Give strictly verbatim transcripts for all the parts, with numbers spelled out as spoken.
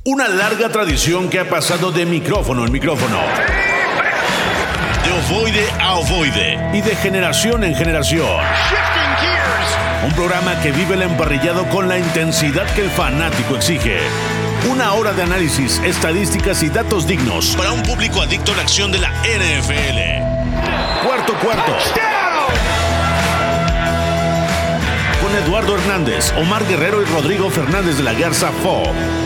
Una larga tradición que ha pasado de micrófono en micrófono, de ovoide a ovoide y de generación en generación. Un programa que vive el emparrillado con la intensidad que el fanático exige. Una hora de análisis, estadísticas y datos dignos para un público adicto a la acción de la N F L. Cuarto cuarto. Con Eduardo Hernández, Omar Guerrero y Rodrigo Fernández de la Garza Fo.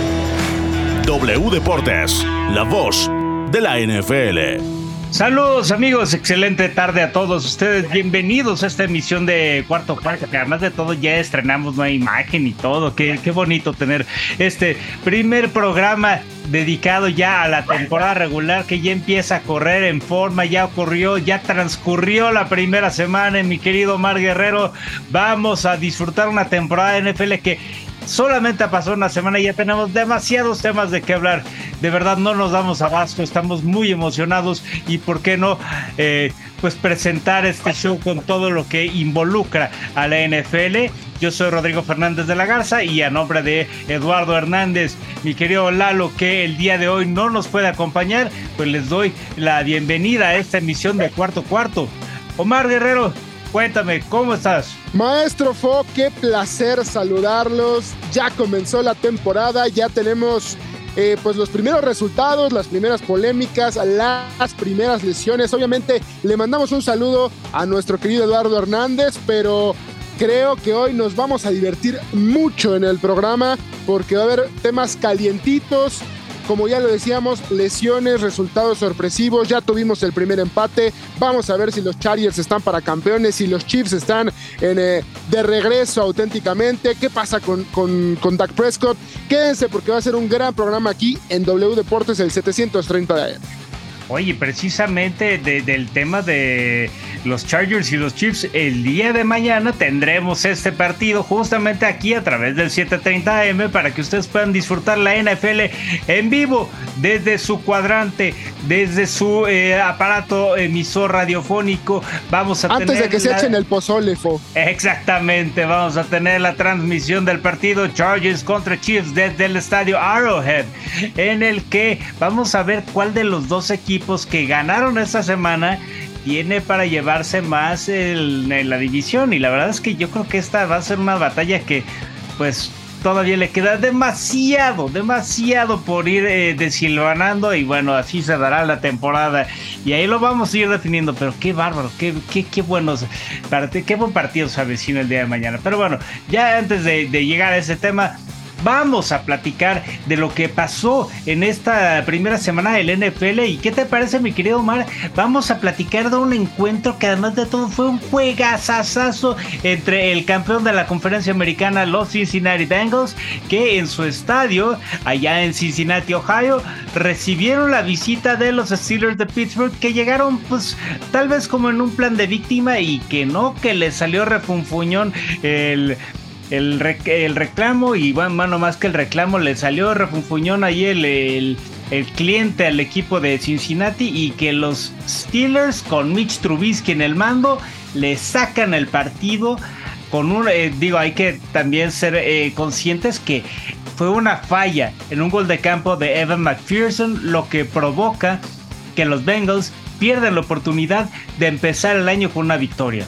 W Deportes, la voz de la N F L. Saludos amigos, excelente tarde a todos ustedes, bienvenidos a esta emisión de Cuarto Cuarto, que además de todo ya estrenamos una imagen y todo, qué, qué bonito tener este primer programa dedicado ya a la temporada regular que ya empieza a correr en forma, ya ocurrió, ya transcurrió la primera semana, mi querido Omar Guerrero, vamos a disfrutar una temporada de N F L que solamente pasó una semana y ya tenemos demasiados temas de qué hablar. De verdad no nos damos abasto, estamos muy emocionados y por qué no eh, pues presentar este show con todo lo que involucra a la N F L. Yo soy Rodrigo Fernández de la Garza y a nombre de Eduardo Hernández, mi querido Lalo, que el día de hoy no nos puede acompañar, pues les doy la bienvenida a esta emisión de Cuarto Cuarto. Omar Guerrero, cuéntame, ¿cómo estás? Maestro Fo, qué placer saludarlos. Ya comenzó la temporada, ya tenemos eh, pues los primeros resultados, las primeras polémicas, las primeras lesiones. Obviamente le mandamos un saludo a nuestro querido Eduardo Hernández, pero creo que hoy nos vamos a divertir mucho en el programa porque va a haber temas calientitos. Como ya lo decíamos, lesiones, resultados sorpresivos, ya tuvimos el primer empate, vamos a ver si los Chargers están para campeones, si los Chiefs están en, eh, de regreso auténticamente, qué pasa con, con, con Dak Prescott. Quédense porque va a ser un gran programa aquí en W Deportes, el setecientos treinta de A M. Oye, precisamente de, del tema de los Chargers y los Chiefs, el día de mañana tendremos este partido justamente aquí a través del setecientos treinta A M para que ustedes puedan disfrutar la N F L en vivo desde su cuadrante, desde su eh, aparato emisor radiofónico. Vamos a Antes tener de que se la... echen el pozole, Fo. Exactamente, vamos a tener la transmisión del partido Chargers contra Chiefs desde el estadio Arrowhead, en el que vamos a ver cuál de los dos equipos que ganaron esta semana tiene para llevarse más el, en la división. Y la verdad es que yo creo que esta va a ser una batalla que pues todavía le queda demasiado, demasiado por ir eh, deshilvanando, y bueno, así se dará la temporada y ahí lo vamos a ir definiendo. Pero qué bárbaro, qué, qué, qué buenos part- qué buen partido se avecina el día de mañana. Pero bueno, ya antes de, de llegar a ese tema, vamos a platicar de lo que pasó en esta primera semana del N F L. ¿Y qué te parece, mi querido Omar? Vamos a platicar de un encuentro que además de todo fue un juegazazazo entre el campeón de la conferencia americana, los Cincinnati Bengals, que en su estadio allá en Cincinnati, Ohio, recibieron la visita de los Steelers de Pittsburgh, que llegaron pues tal vez como en un plan de víctima y que no, que les salió refunfuñón el... El, rec- el reclamo, y bueno, mano, más que el reclamo, le salió refunfuñón ahí el, el, el cliente al equipo de Cincinnati, y que los Steelers con Mitch Trubisky en el mando le sacan el partido con un, eh, digo, hay que también ser eh, conscientes que fue una falla en un gol de campo de Evan McPherson, lo que provoca que los Bengals pierdan la oportunidad de empezar el año con una victoria.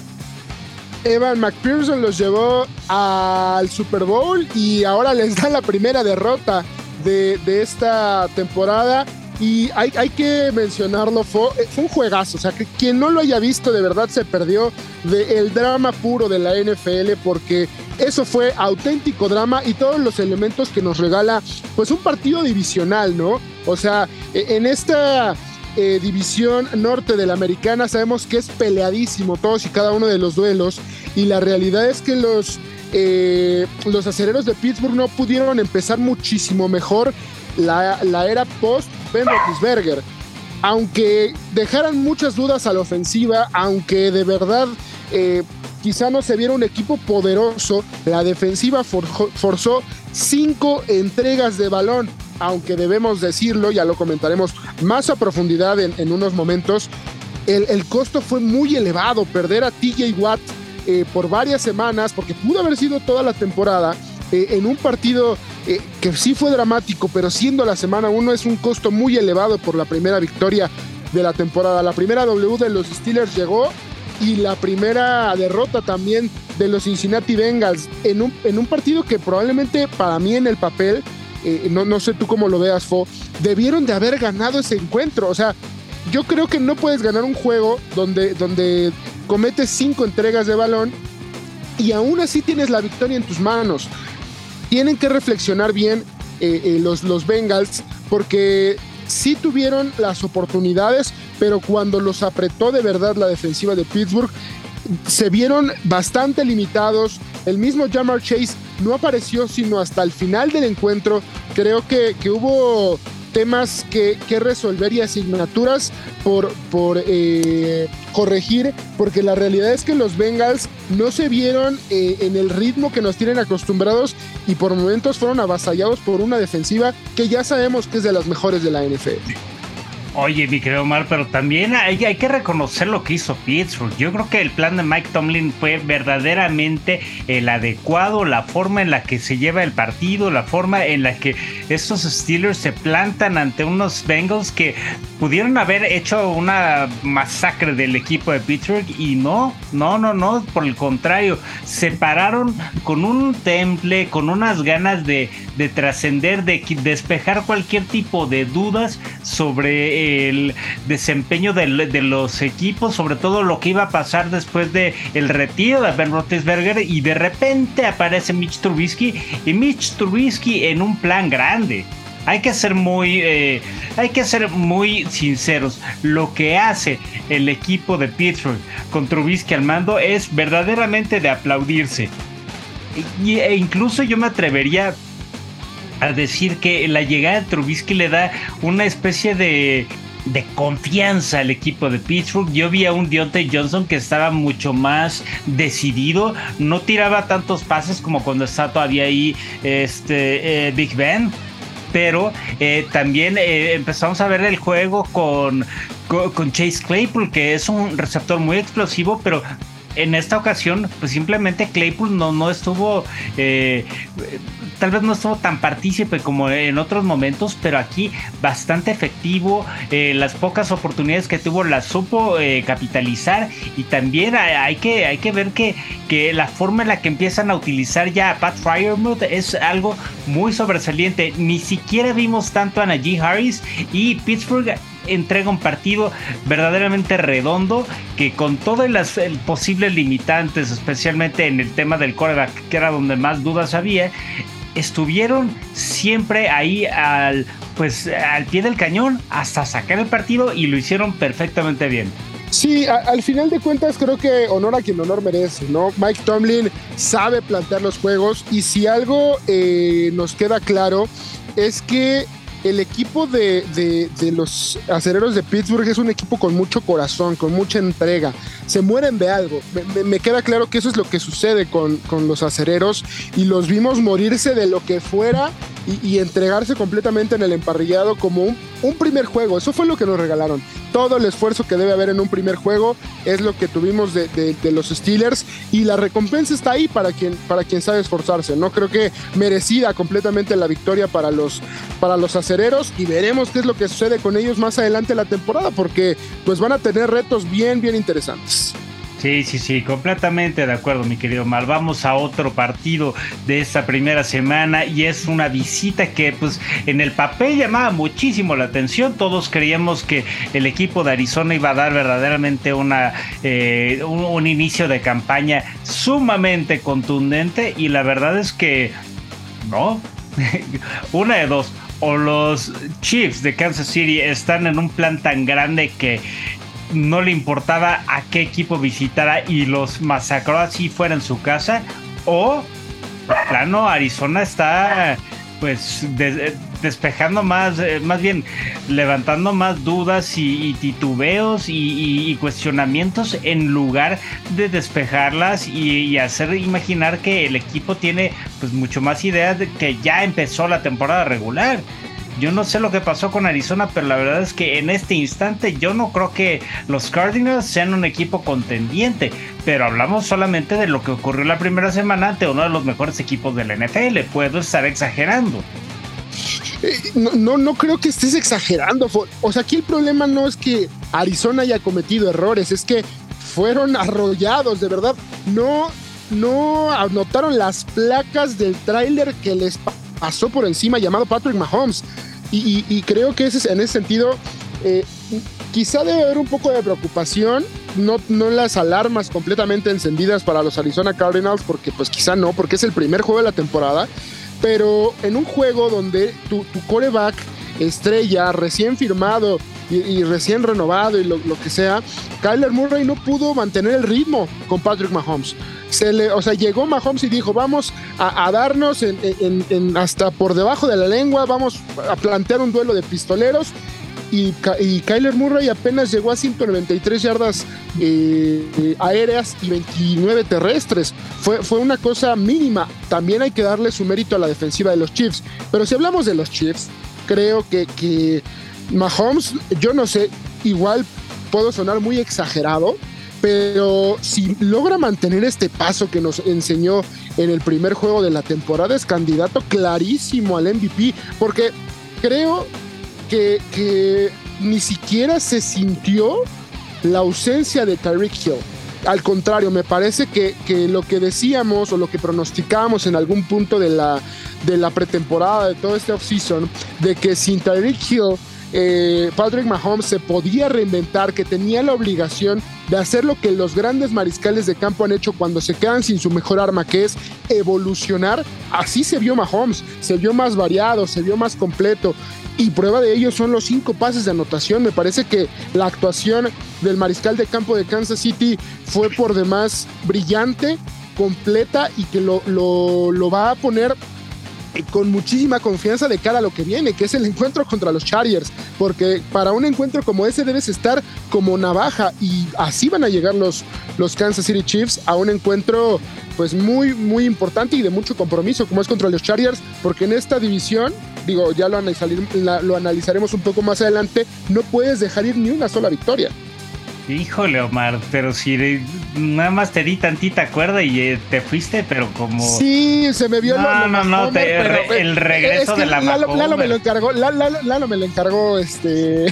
Evan McPherson los llevó al Super Bowl y ahora les da la primera derrota de, de esta temporada. Y hay, hay que mencionarlo, fue, fue un juegazo. O sea, que quien no lo haya visto de verdad se perdió del drama puro de la N F L, porque eso fue auténtico drama y todos los elementos que nos regala pues un partido divisional, ¿no? O sea, en esta... Eh, división norte de la americana sabemos que es peleadísimo todos y cada uno de los duelos, y la realidad es que los eh, los acereros de Pittsburgh no pudieron empezar muchísimo mejor la, la era post Ben Roethlisberger, aunque dejaran muchas dudas a la ofensiva, aunque de verdad eh, quizá no se viera un equipo poderoso, la defensiva forjó, forzó cinco entregas de balón, aunque debemos decirlo, ya lo comentaremos más a profundidad en, en unos momentos, el, el costo fue muy elevado. Perder a T J Watt eh, por varias semanas, porque pudo haber sido toda la temporada, eh, en un partido eh, que sí fue dramático, pero siendo la semana uno es un costo muy elevado por la primera victoria de la temporada. La primera W de los Steelers llegó y la primera derrota también de los Cincinnati Bengals en un, en un partido que probablemente para mí en el papel, eh, no, no sé tú cómo lo veas, Fo, debieron de haber ganado ese encuentro. O sea, yo creo que no puedes ganar un juego donde, donde cometes cinco entregas de balón y aún así tienes la victoria en tus manos. Tienen que reflexionar bien eh, eh, los, los Bengals, porque sí tuvieron las oportunidades, pero cuando los apretó de verdad la defensiva de Pittsburgh, se vieron bastante limitados. El mismo Ja'Marr Chase no apareció sino hasta el final del encuentro. Creo que, que hubo temas que, que resolver y asignaturas por, por eh, corregir, porque la realidad es que los Bengals no se vieron eh, en el ritmo que nos tienen acostumbrados y por momentos fueron avasallados por una defensiva que ya sabemos que es de las mejores de la N F L. Oye, mi querido Omar, pero también hay, hay que reconocer lo que hizo Pittsburgh. Yo creo que el plan de Mike Tomlin fue verdaderamente el adecuado, la forma en la que se lleva el partido, la forma en la que estos Steelers se plantan ante unos Bengals que pudieron haber hecho una masacre del equipo de Pittsburgh y no, no, no, no, por el contrario, se pararon con un temple, con unas ganas de, de trascender, de despejar cualquier tipo de dudas sobre el desempeño de, de los equipos, sobre todo lo que iba a pasar después de el retiro de Ben Roethlisberger, y de repente aparece Mitch Trubisky y Mitch Trubisky en un plan grande. Hay que ser muy, eh, hay que ser muy sinceros. Lo que hace el equipo de Pittsburgh con Trubisky al mando es verdaderamente de aplaudirse. Y, e incluso yo me atrevería a decir que la llegada de Trubisky le da una especie de, de confianza al equipo de Pittsburgh. Yo vi a un Diontae Johnson que estaba mucho más decidido, no tiraba tantos pases como cuando está todavía ahí este, eh, Big Ben, pero eh, también eh, empezamos a ver el juego con, con, con Chase Claypool, que es un receptor muy explosivo, pero en esta ocasión pues simplemente Claypool no, no estuvo eh, tal vez no estuvo tan partícipe como en otros momentos, pero aquí bastante efectivo. Eh, las pocas oportunidades que tuvo las supo eh, capitalizar, y también hay, hay, que, hay que ver que, que la forma en la que empiezan a utilizar ya a Pat Freiermuth es algo muy sobresaliente. Ni siquiera vimos tanto a Najee Harris, y Pittsburgh entrega un partido verdaderamente redondo, que con todas las el, posibles limitantes, especialmente en el tema del quarterback, que era donde más dudas había, estuvieron siempre ahí al, pues, al pie del cañón hasta sacar el partido, y lo hicieron perfectamente bien. Sí, a, al final de cuentas creo que honor a quien honor merece, ¿no? Mike Tomlin sabe plantear los juegos, y si algo eh, nos queda claro es que el equipo de, de, de los Acereros de Pittsburgh es un equipo con mucho corazón, con mucha entrega. Se mueren de algo. Me, me queda claro que eso es lo que sucede con, con los Acereros, y los vimos morirse de lo que fuera y, y entregarse completamente en el emparrillado como un, un primer juego. Eso fue lo que nos regalaron. Todo el esfuerzo que debe haber en un primer juego es lo que tuvimos de, de, de los Steelers, y la recompensa está ahí para quien, para quien sabe esforzarse, ¿no? Creo que merecida completamente la victoria para los, para los Acereros, y veremos qué es lo que sucede con ellos más adelante en la temporada, porque pues van a tener retos bien, bien interesantes. Sí, sí, sí, completamente de acuerdo, mi querido Mar. Vamos a otro partido de esta primera semana, y es una visita que pues en el papel llamaba muchísimo la atención. Todos creíamos que el equipo de Arizona iba a dar verdaderamente una, eh, un, un inicio de campaña sumamente contundente, y la verdad es que no. Una de dos: o los Chiefs de Kansas City están en un plan tan grande que no le importaba a qué equipo visitara y los masacró así fuera en su casa, o plano Arizona está pues de, despejando más, eh, más bien levantando más dudas y, y titubeos y, y, y cuestionamientos, en lugar de despejarlas y, y hacer imaginar que el equipo tiene pues mucho más ideas de que ya empezó la temporada regular. Yo no sé lo que pasó con Arizona, pero la verdad es que en este instante yo no creo que los Cardinals sean un equipo contendiente, pero hablamos solamente de lo que ocurrió la primera semana ante uno de los mejores equipos de la N F L. Puedo estar exagerando. Eh, no, no, no creo que estés exagerando. O sea, aquí el problema no es que Arizona haya cometido errores, es que fueron arrollados, de verdad. No, no anotaron las placas del tráiler que les pasó por encima, llamado Patrick Mahomes. Y, y, y creo que ese, en ese sentido, eh, quizá debe haber un poco de preocupación, no, no las alarmas completamente encendidas para los Arizona Cardinals, porque pues quizá no, porque es el primer juego de la temporada, pero en un juego donde tu, tu quarterback estrella, recién firmado y, y recién renovado y lo, lo que sea, Kyler Murray no pudo mantener el ritmo con Patrick Mahomes. Se le, o sea, llegó Mahomes y dijo, vamos a, a darnos en, en, en hasta por debajo de la lengua, vamos a plantear un duelo de pistoleros, y, y Kyler Murray apenas llegó a ciento noventa y tres yardas eh, eh, aéreas y veintinueve terrestres. Fue, fue una cosa mínima. También hay que darle su mérito a la defensiva de los Chiefs. Pero si hablamos de los Chiefs, creo que, que Mahomes, yo no sé, igual puedo sonar muy exagerado, pero si logra mantener este paso que nos enseñó en el primer juego de la temporada, es candidato clarísimo al M V P, porque creo que, que ni siquiera se sintió la ausencia de Tyreek Hill. Al contrario, me parece que, que lo que decíamos o lo que pronosticábamos en algún punto de la, de la pretemporada, de todo este offseason, de que sin Tyreek Hill Eh, Patrick Mahomes se podía reinventar, que tenía la obligación de hacer lo que los grandes mariscales de campo han hecho cuando se quedan sin su mejor arma, que es evolucionar. Así se vio Mahomes, se vio más variado, se vio más completo, y prueba de ello son los cinco pases de anotación. Me parece que la actuación del mariscal de campo de Kansas City fue por demás brillante, completa, y que lo, lo, lo va a poner con muchísima confianza de cara a lo que viene, que es el encuentro contra los Chargers, porque para un encuentro como ese debes estar como navaja, y así van a llegar los, los Kansas City Chiefs a un encuentro pues muy muy importante y de mucho compromiso, como es contra los Chargers, porque en esta división, digo, ya lo, analizar, lo analizaremos un poco más adelante, no puedes dejar ir ni una sola victoria. Híjole, Omar, pero si nada más te di tantita cuerda y eh, te fuiste, pero como... Sí, se me vio no, lo, lo No, no, no, pero, el regreso es que de la Lalo, Lalo me lo encargó, Lalo, Lalo me lo encargó, este...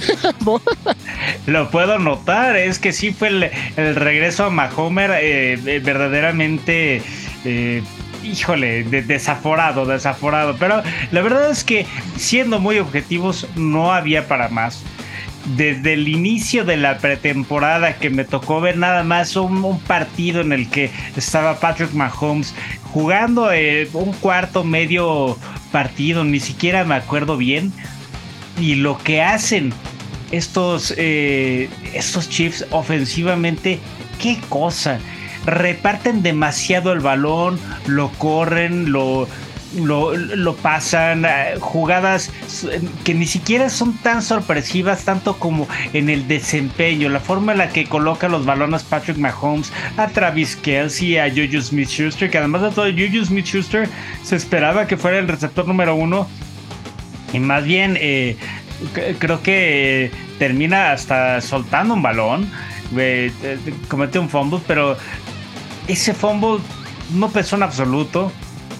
Lo puedo notar, es que sí fue el, el regreso a Mahomer eh, verdaderamente... Eh, híjole, de, desaforado, desaforado, pero la verdad es que, siendo muy objetivos, no había para más. Desde el inicio de la pretemporada, que me tocó ver nada más un, un partido en el que estaba Patrick Mahomes jugando eh, un cuarto medio partido, ni siquiera me acuerdo bien, y lo que hacen estos, eh, estos Chiefs ofensivamente, qué cosa, reparten demasiado el balón, lo corren, lo... Lo, lo pasan, jugadas que ni siquiera son tan sorpresivas, tanto como en el desempeño, la forma en la que coloca los balones Patrick Mahomes a Travis Kelce, a Juju Smith-Schuster, que además de todo, Juju Smith-Schuster se esperaba que fuera el receptor número uno, y más bien eh, creo que eh, termina hasta soltando un balón, eh, eh, comete un fumble, pero ese fumble no pesó en absoluto.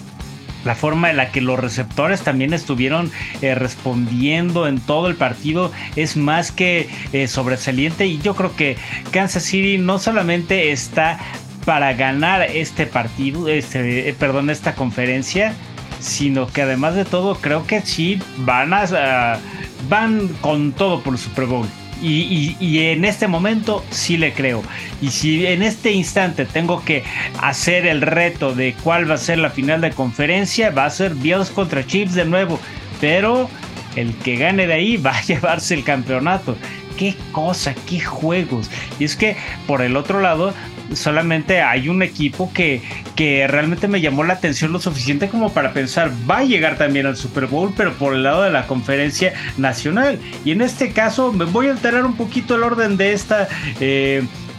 La forma en la que los receptores también estuvieron eh, respondiendo en todo el partido es más que eh, sobresaliente, y yo creo que Kansas City no solamente está para ganar este partido, este, eh, perdón, esta conferencia, sino que además de todo creo que sí van a uh, van con todo por el Super Bowl. Y, y, y en este momento sí le creo. Y si en este instante tengo que hacer el reto de cuál va a ser la final de conferencia, va a ser Bills contra Chiefs de nuevo. Pero el que gane de ahí va a llevarse el campeonato. Qué cosa, qué juegos. Y es que por el otro lado solamente hay un equipo que, que realmente me llamó la atención lo suficiente como para pensar, va a llegar también al Super Bowl, pero por el lado de la conferencia nacional. Y en este caso me voy a alterar un poquito el orden de esta eh,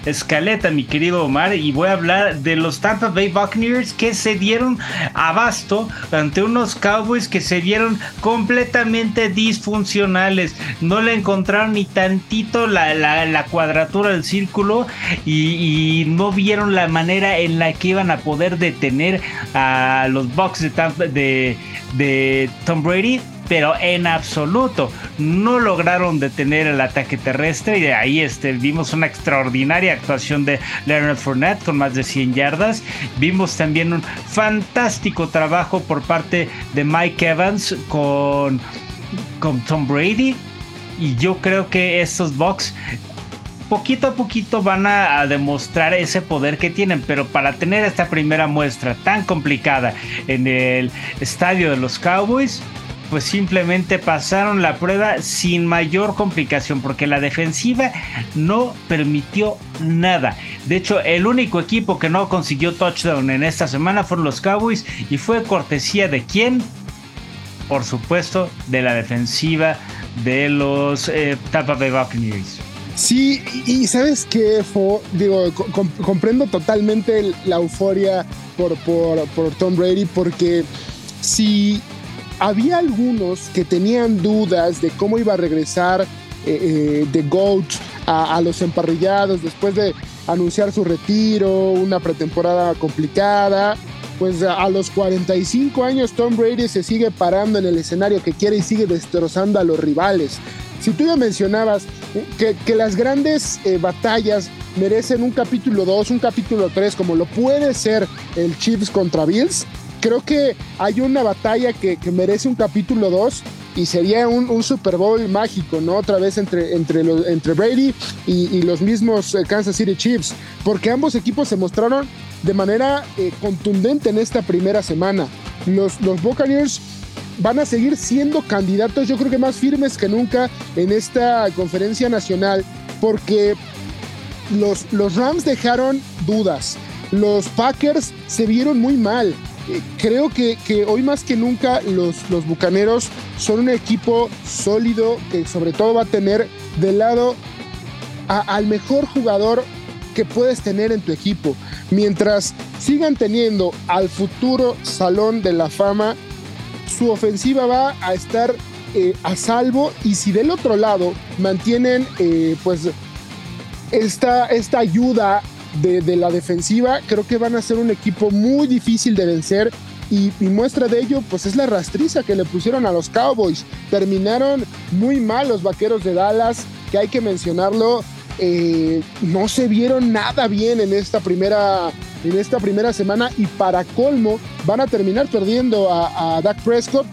escaleta, mi querido Omar, y voy a hablar de los Tampa Bay Buccaneers, que se dieron abasto ante unos Cowboys que se vieron completamente disfuncionales. No le encontraron ni tantito la, la, la cuadratura del círculo y, y no vieron la manera en la que iban a poder detener a los Bucs de, Tampa, de, de Tom Brady. Pero en absoluto no lograron detener el ataque terrestre, y de ahí este, vimos una extraordinaria actuación de Leonard Fournette con más de cien yardas. Vimos también un fantástico trabajo por parte de Mike Evans con, con Tom Brady, y yo creo que estos Bucs poquito a poquito van a, a demostrar ese poder que tienen, pero para tener esta primera muestra tan complicada en el estadio de los Cowboys, pues simplemente pasaron la prueba sin mayor complicación, porque la defensiva no permitió nada. De hecho, el único equipo que no consiguió touchdown en esta semana fueron los Cowboys, y fue cortesía de ¿quién? Por supuesto, de la defensiva de los eh, Tampa Bay Buccaneers. Sí, y ¿sabes qué, Fo? Digo, com- comprendo totalmente la euforia por, por, por Tom Brady, porque si había algunos que tenían dudas de cómo iba a regresar eh, eh, The GOAT a, a los emparrillados después de anunciar su retiro, una pretemporada complicada. Pues a, a los cuarenta y cinco años Tom Brady se sigue parando en el escenario que quiere y sigue destrozando a los rivales. Si tú ya mencionabas que, que las grandes eh, batallas merecen un capítulo dos, un capítulo tres, como lo puede ser el Chiefs contra Bills, creo que hay una batalla que, que merece un capítulo dos, y sería un, un Super Bowl mágico, ¿no? Otra vez entre, entre, los, entre Brady y, y los mismos Kansas City Chiefs, porque ambos equipos se mostraron de manera eh, contundente en esta primera semana. Los, los Buccaneers van a seguir siendo candidatos, yo creo que más firmes que nunca en esta conferencia nacional, porque los, los Rams dejaron dudas, los Packers se vieron muy mal. Eh, creo que, que hoy más que nunca los, los Bucaneros son un equipo sólido que sobre todo va a tener del lado a, al mejor jugador que puedes tener en tu equipo. Mientras sigan teniendo al futuro Salón de la Fama, su ofensiva va a estar eh, a salvo, y si del otro lado mantienen eh, pues esta, esta ayuda De, de la defensiva, creo que van a ser un equipo muy difícil de vencer, y, y muestra de ello pues es la rastriza que le pusieron a los Cowboys. Terminaron muy mal los Vaqueros de Dallas, que hay que mencionarlo, eh, no se vieron nada bien en esta primera en esta primera semana, y para colmo van a terminar perdiendo a, a Dak Prescott.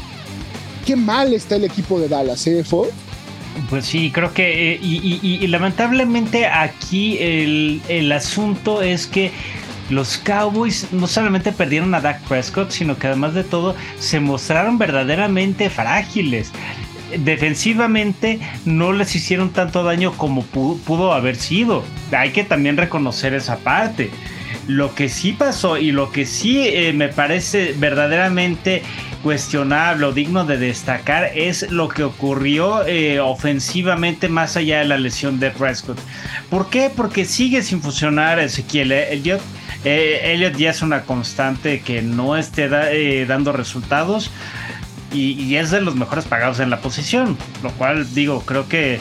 Qué mal está el equipo de Dallas, ¿eh, Fo? Pues sí, creo que eh, y, y, y lamentablemente aquí el, el asunto es que los Cowboys no solamente perdieron a Dak Prescott, sino que además de todo se mostraron verdaderamente frágiles. Defensivamente no les hicieron tanto daño como pudo, pudo haber sido. Hay que también reconocer esa parte. Lo que sí pasó, y lo que sí eh, me parece verdaderamente cuestionable o digno de destacar, es lo que ocurrió eh, ofensivamente más allá de la lesión de Prescott. ¿Por qué? Porque sigue sin funcionar Ezequiel Elliott. Eh, Elliott ya es una constante que no esté da, eh, dando resultados, y, y es de los mejores pagados en la posición, lo cual digo, creo que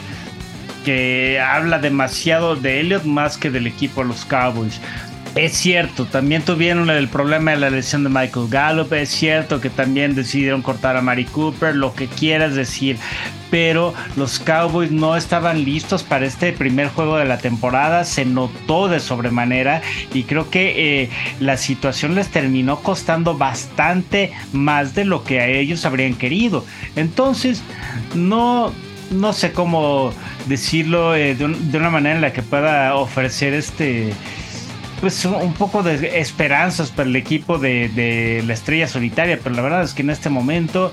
que habla demasiado de Elliott más que del equipo de los Cowboys. Es cierto, también tuvieron el problema de la lesión de Michael Gallup, es cierto que también decidieron cortar a Mari Cooper, lo que quieras decir, pero los Cowboys no estaban listos para este primer juego de la temporada, se notó de sobremanera, y creo que eh, la situación les terminó costando bastante más de lo que a ellos habrían querido. Entonces, no... no sé cómo decirlo eh, de, un, de una manera en la que pueda ofrecer este... pues un poco de esperanzas para el equipo de, de la estrella solitaria, pero la verdad es que en este momento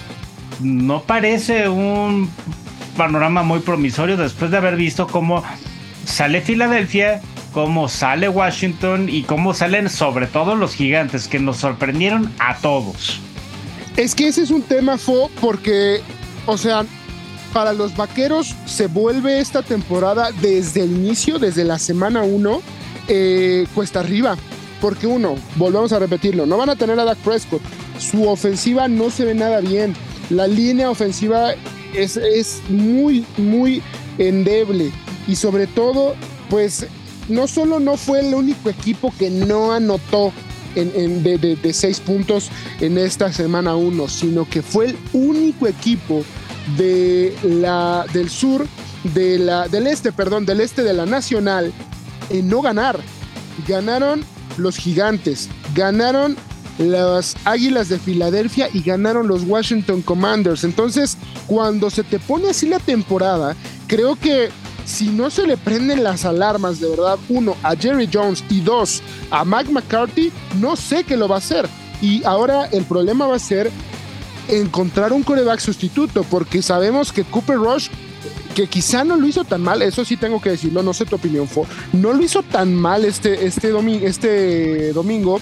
no parece un panorama muy promisorio, después de haber visto cómo sale Filadelfia, cómo sale Washington y cómo salen sobre todo los Gigantes, que nos sorprendieron a todos. Es que ese es un tema, Fo, porque, o sea, para los Vaqueros se vuelve esta temporada desde el inicio, desde la semana uno, eh, cuesta arriba. Porque uno, volvemos a repetirlo, no van a tener a Dak Prescott. Su ofensiva no se ve nada bien. La línea ofensiva es, es muy, muy endeble. Y sobre todo, pues, no solo no fue el único equipo que no anotó en, en de, de, de seis puntos en esta semana uno, sino que fue el único equipo de la, del sur, de la, del este, perdón, del este de la Nacional, en no ganar. Ganaron los Gigantes, ganaron las Águilas de Filadelfia y ganaron los Washington Commanders. Entonces, cuando se te pone así la temporada, creo que si no se le prenden las alarmas de verdad, uno, a Jerry Jones y dos, a Mike McCarthy, no sé qué lo va a hacer. Y ahora el problema va a ser encontrar un quarterback sustituto, porque sabemos que Cooper Rush, que quizá no lo hizo tan mal, eso sí tengo que decirlo, no sé tu opinión, Fo, no lo hizo tan mal este, este, domi- este domingo,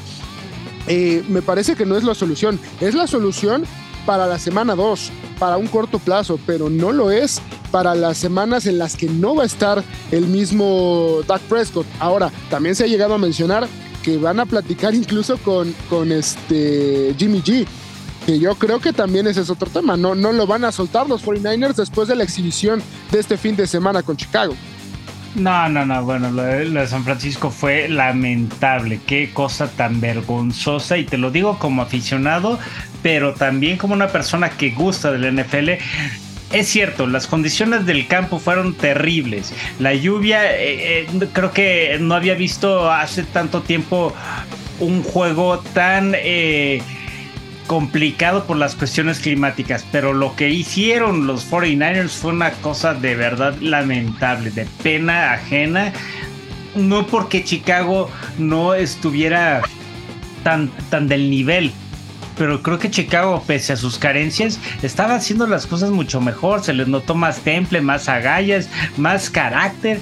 eh, me parece que no es la solución, es la solución para la semana dos, para un corto plazo, pero no lo es para las semanas en las que no va a estar el mismo Dak Prescott. Ahora, también se ha llegado a mencionar que van a platicar incluso con, con este Jimmy G, que yo creo que también ese es otro tema, no, no lo van a soltar los cuarenta y nueve ers después de la exhibición de este fin de semana con Chicago. No, no, no, bueno, lo de, lo de San Francisco fue lamentable, qué cosa tan vergonzosa, y te lo digo como aficionado, pero también como una persona que gusta del N F L. Es cierto, las condiciones del campo fueron terribles, la lluvia, eh, eh, creo que no había visto hace tanto tiempo un juego tan... Eh, complicado por las cuestiones climáticas, pero lo que hicieron los cuarenta y nueve ers fue una cosa de verdad lamentable, de pena ajena, no porque Chicago no estuviera tan, tan del nivel, pero creo que Chicago, pese a sus carencias, estaba haciendo las cosas mucho mejor, se les notó más temple, más agallas, más carácter.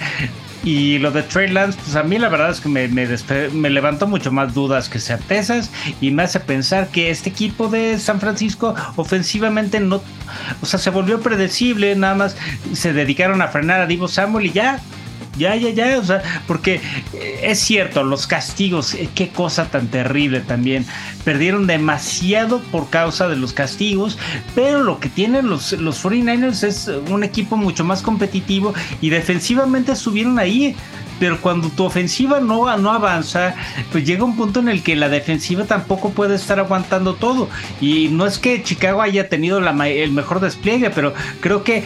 Y lo de Trey Lance, pues a mí la verdad es que me, me, despe- me levantó mucho más dudas que certezas, y me hace pensar que este equipo de San Francisco ofensivamente no, o sea, se volvió predecible, nada más se dedicaron a frenar a Deebo Samuel y ya, ya, ya, ya, o sea, porque es cierto, los castigos, qué cosa tan terrible también, perdieron demasiado por causa de los castigos, pero lo que tienen los, los cuarenta y nueve ers es un equipo mucho más competitivo y defensivamente estuvieron ahí. Pero cuando tu ofensiva no, no avanza, pues llega un punto en el que la defensiva tampoco puede estar aguantando todo. Y no es que Chicago haya tenido la, el mejor despliegue, pero creo que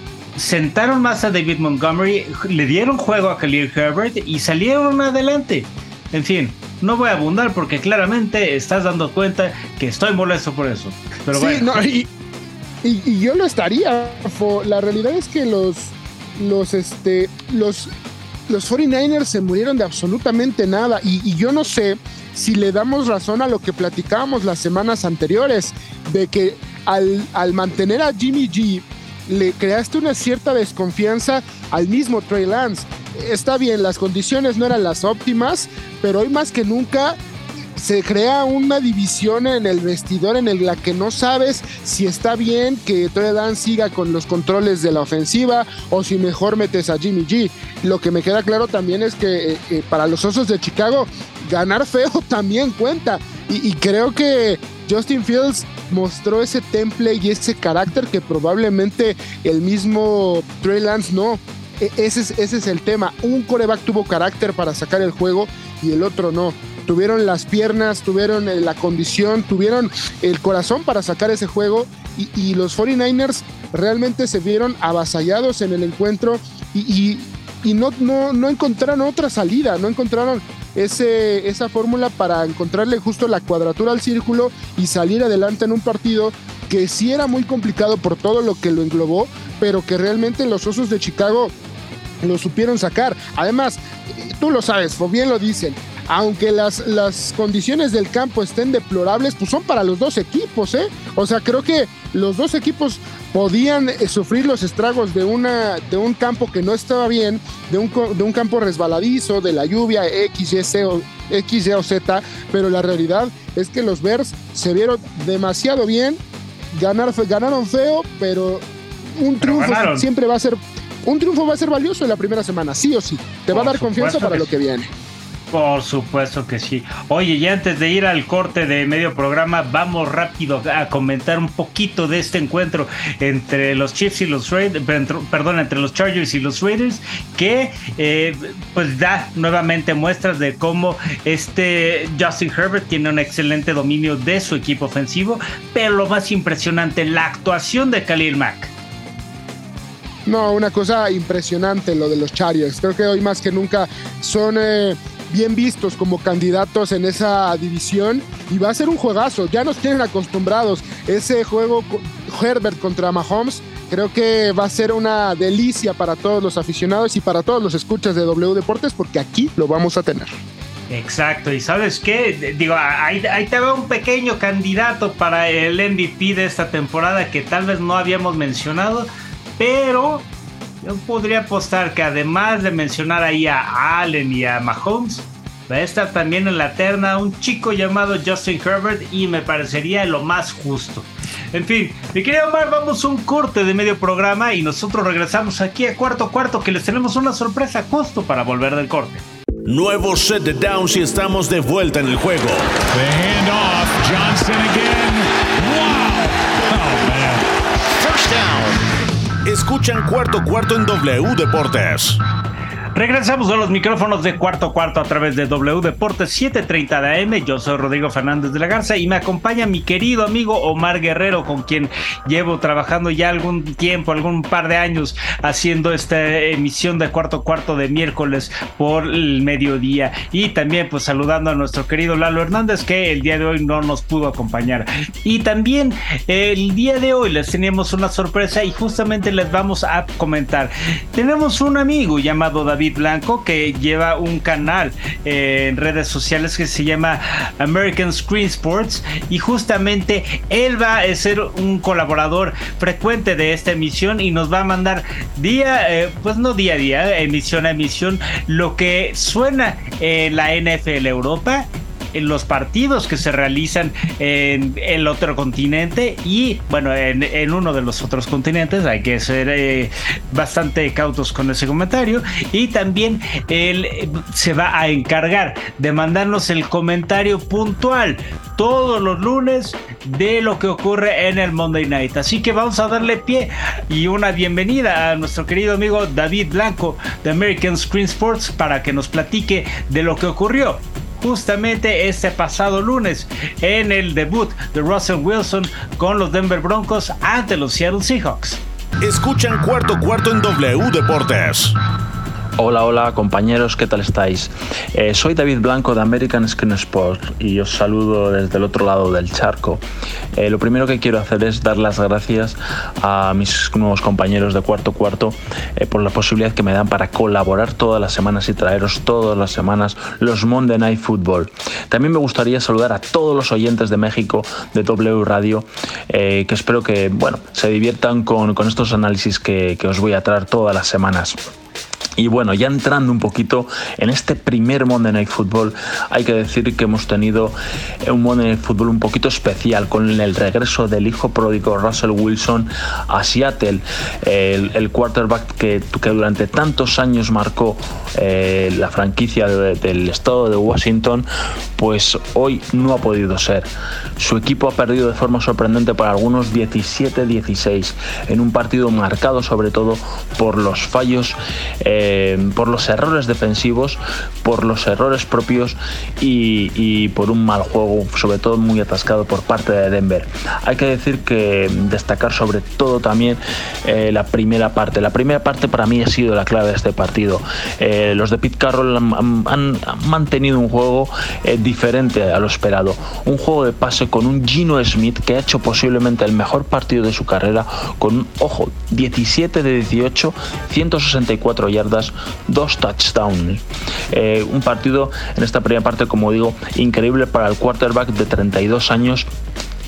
sentaron más a David Montgomery, le dieron juego a Khalil Herbert y salieron adelante. En fin, no voy a abundar porque claramente estás dando cuenta que estoy molesto por eso. Pero sí, bueno. No, y, y, y yo lo estaría. Fo. La realidad es que los los este los los cuarenta y nueve ers se murieron de absolutamente nada, y, y yo no sé si le damos razón a lo que platicábamos las semanas anteriores, de que al, al mantener a Jimmy G le creaste una cierta desconfianza al mismo Trey Lance. Está bien, las condiciones no eran las óptimas, pero hoy más que nunca se crea una división en el vestidor en la que no sabes si está bien que Trey Lance siga con los controles de la ofensiva o si mejor metes a Jimmy G. Lo que me queda claro también es que eh, para los Osos de Chicago ganar feo también cuenta, y, y creo que Justin Fields mostró ese temple y ese carácter que probablemente el mismo Trey Lance no. E- ese, es, ese es el tema. Un quarterback tuvo carácter para sacar el juego y el otro no. Tuvieron las piernas, tuvieron la condición, tuvieron el corazón para sacar ese juego, y, y los cuarenta y nueve ers realmente se vieron avasallados en el encuentro y, y, y no, no, no encontraron otra salida, no encontraron ese, esa fórmula para encontrarle justo la cuadratura al círculo y salir adelante en un partido que sí era muy complicado por todo lo que lo englobó, pero que realmente los Osos de Chicago lo supieron sacar. Además, tú lo sabes, bien lo dicen, aunque las, las condiciones del campo estén deplorables, pues son para los dos equipos, ¿eh? O sea, creo que los dos equipos podían eh, sufrir los estragos de, una, de un campo que no estaba bien, de un, de un campo resbaladizo, de la lluvia, X, Y, C, o, X, Y o Z, pero la realidad es que los Bears se vieron demasiado bien, ganar, ganaron feo, pero un triunfo siempre va a ser, un triunfo va a ser valioso en la primera semana, sí o sí. Te va a dar confianza para lo que viene. Por supuesto que sí. Oye, y antes de ir al corte de medio programa, vamos rápido a comentar un poquito de este encuentro entre los Chiefs y los Raiders, perdón, entre los Chargers y los Raiders, que eh, pues da nuevamente muestras de cómo este Justin Herbert tiene un excelente dominio de su equipo ofensivo, pero lo más impresionante, la actuación de Khalil Mack. No, una cosa impresionante lo de los Chargers. Creo que hoy más que nunca son eh, bien vistos como candidatos en esa división y va a ser un juegazo. Ya nos tienen acostumbrados. Ese juego Herbert contra Mahomes creo que va a ser una delicia para todos los aficionados y para todos los escuchas de W Deportes, porque aquí lo vamos a tener. Exacto, y ¿sabes qué? Digo, ahí, ahí te va un pequeño candidato para el M V P de esta temporada que tal vez no habíamos mencionado, pero yo podría apostar que además de mencionar ahí a Allen y a Mahomes, va a estar también en la terna un chico llamado Justin Herbert y me parecería lo más justo. En fin, mi querido Omar, vamos a un corte de medio programa y nosotros regresamos aquí a Cuarto Cuarto, que les tenemos una sorpresa justo para volver del corte. Nuevo set de downs y estamos de vuelta en el juego. The handoff, Johnson again. Wow. Oh, man. First down. Escuchan Cuarto Cuarto en W Deportes. Regresamos a los micrófonos de Cuarto Cuarto a través de W Deportes setecientos treinta de A M. Yo soy Rodrigo Fernández de la Garza y me acompaña mi querido amigo Omar Guerrero, con quien llevo trabajando ya algún tiempo, algún par de años, haciendo esta emisión de Cuarto Cuarto de miércoles por el mediodía. Y también pues saludando a nuestro querido Lalo Hernández, que el día de hoy no nos pudo acompañar. Y también el día de hoy les teníamos una sorpresa y justamente les vamos a comentar. Tenemos un amigo llamado David Blanco que lleva un canal eh, en redes sociales que se llama American Screen Sports, y justamente él va a ser un colaborador frecuente de esta emisión y nos va a mandar día, eh, pues no día a día, emisión a emisión, lo que suena en la N F L Europa, en los partidos que se realizan en el otro continente y bueno, en, en uno de los otros continentes. Hay que ser eh, bastante cautos con ese comentario. Y también él se va a encargar de mandarnos el comentario puntual todos los lunes de lo que ocurre en el Monday Night. Así que vamos a darle pie y una bienvenida a nuestro querido amigo David Blanco de American Screen Sports para que nos platique de lo que ocurrió justamente este pasado lunes en el debut de Russell Wilson con los Denver Broncos ante los Seattle Seahawks. Escuchan Cuarto Cuarto en W Deportes. Hola, hola compañeros, ¿qué tal estáis? Eh, soy David Blanco de American Screen Sports y os saludo desde el otro lado del charco. Eh, lo primero que quiero hacer es dar las gracias a mis nuevos compañeros de Cuarto Cuarto eh, por la posibilidad que me dan para colaborar todas las semanas y traeros todas las semanas los Monday Night Football. También me gustaría saludar a todos los oyentes de México de W Radio, eh, que espero que bueno, se diviertan con, con estos análisis que, que os voy a traer todas las semanas. Y bueno, ya entrando un poquito en este primer Monday Night Football, hay que decir que hemos tenido un Monday Night Football un poquito especial con el regreso del hijo pródigo Russell Wilson a Seattle, el, el quarterback que, que durante tantos años marcó eh, la franquicia de, del estado de Washington, pues hoy no ha podido ser. Su equipo ha perdido de forma sorprendente para algunos diecisiete dieciséis en un partido marcado sobre todo por los fallos eh, Eh, por los errores defensivos, por los errores propios y, y por un mal juego, sobre todo muy atascado por parte de Denver. Hay que decir que destacar sobre todo también eh, la primera parte. La primera parte para mí ha sido la clave de este partido. Eh, los de Pete Carroll han, han, han mantenido un juego eh, diferente a lo esperado. Un juego de pase con un Geno Smith que ha hecho posiblemente el mejor partido de su carrera con, ojo, diecisiete de dieciocho, ciento sesenta y cuatro yardas, dos touchdowns. Eh, un partido en esta primera parte, como digo, increíble para el quarterback de treinta y dos años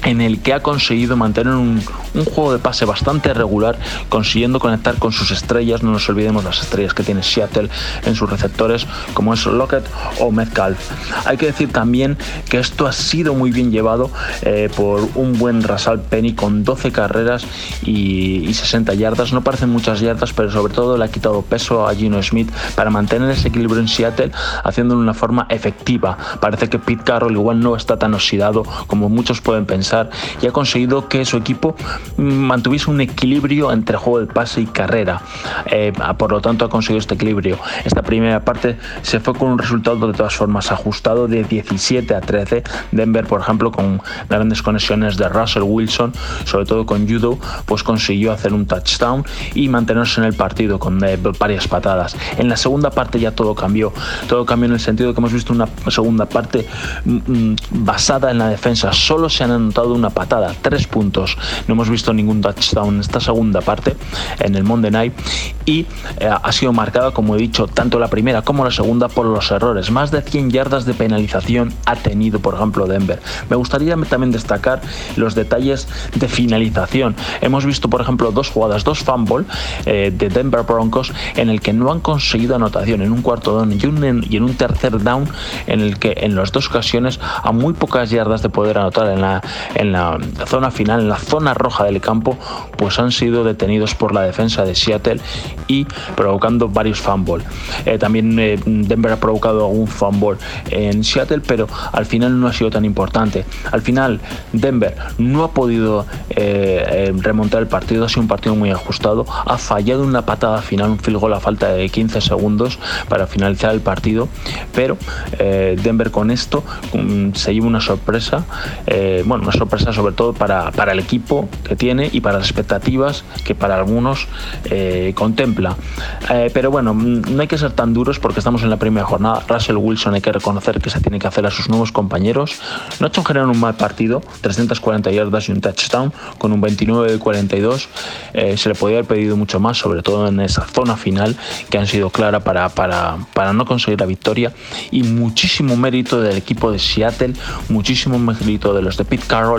en el que ha conseguido mantener un, un juego de pase bastante regular, consiguiendo conectar con sus estrellas. No nos olvidemos las estrellas que tiene Seattle en sus receptores, como es Lockett o Metcalf. Hay que decir también que esto ha sido muy bien llevado eh, por un buen Rashad Penny con doce carreras y, y sesenta yardas. No parecen muchas yardas, pero sobre todo le ha quitado peso a Geno Smith para mantener ese equilibrio en Seattle, haciéndolo de una forma efectiva. Parece que Pete Carroll igual no está tan oxidado como muchos pueden pensar, y ha conseguido que su equipo mantuviese un equilibrio entre juego de pase y carrera. Eh, por lo tanto, ha conseguido este equilibrio. Esta primera parte se fue con un resultado de todas formas ajustado de diecisiete a trece. Denver, por ejemplo, con grandes conexiones de Russell Wilson, sobre todo con Judo, pues consiguió hacer un touchdown y mantenerse en el partido con eh, varias patadas. En la segunda parte ya todo cambió. Todo cambió en el sentido de que hemos visto una segunda parte mm, basada en la defensa. Solo se han anotado una patada, tres puntos. No hemos visto ningún touchdown en esta segunda parte, en el Monday Night, y eh, ha sido marcada, como he dicho, tanto la primera como la segunda por los errores. Más de cien yardas de penalización ha tenido, por ejemplo, Denver. Me gustaría también destacar los detalles de finalización. Hemos visto, por ejemplo, dos jugadas, dos fumble eh, de Denver Broncos en el que no han conseguido anotación, en un cuarto down y, un, y en un tercer down, en el que en las dos ocasiones, a muy pocas yardas de poder anotar en la en la zona final, en la zona roja del campo, pues han sido detenidos por la defensa de Seattle y provocando varios fumbles. Eh, también eh, Denver ha provocado algún fumble en Seattle, pero al final no ha sido tan importante. Al final Denver no ha podido eh, eh, remontar el partido, ha sido un partido muy ajustado, ha fallado una patada final, un field goal a falta de quince segundos para finalizar el partido, pero eh, Denver con esto um, se lleva una sorpresa, eh, bueno, una sorpresa sobre todo para, para el equipo que tiene y para las expectativas que para algunos eh, contempla. Eh, pero bueno, no hay que ser tan duros porque estamos en la primera jornada. Russell Wilson, hay que reconocer que se tiene que hacer a sus nuevos compañeros. No ha hecho en general un mal partido, trescientas cuarenta yardas y un touchdown con un veintinueve de cuarenta y dos. Eh, se le podía haber pedido mucho más, sobre todo en esa zona final que han sido clara para, para, para no conseguir la victoria, y muchísimo mérito del equipo de Seattle, muchísimo mérito de los de Pete Carroll,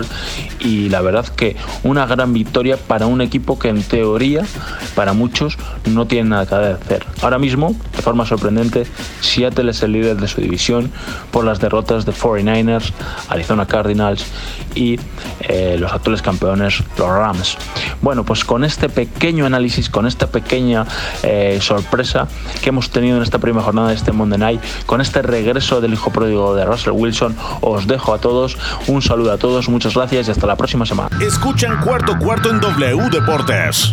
y la verdad que una gran victoria para un equipo que en teoría para muchos no tiene nada que hacer. Ahora mismo, de forma sorprendente, Seattle es el líder de su división por las derrotas de cuarenta y nueve ers, Arizona Cardinals y eh, los actuales campeones, los Rams. Bueno, pues con este pequeño análisis, con esta pequeña eh, sorpresa que hemos tenido en esta primera jornada de este Monday Night, con este regreso del hijo pródigo de Russell Wilson, os dejo a todos. Un saludo a todos, muchas gracias y hasta la próxima semana. Escuchan Cuarto Cuarto en W Deportes.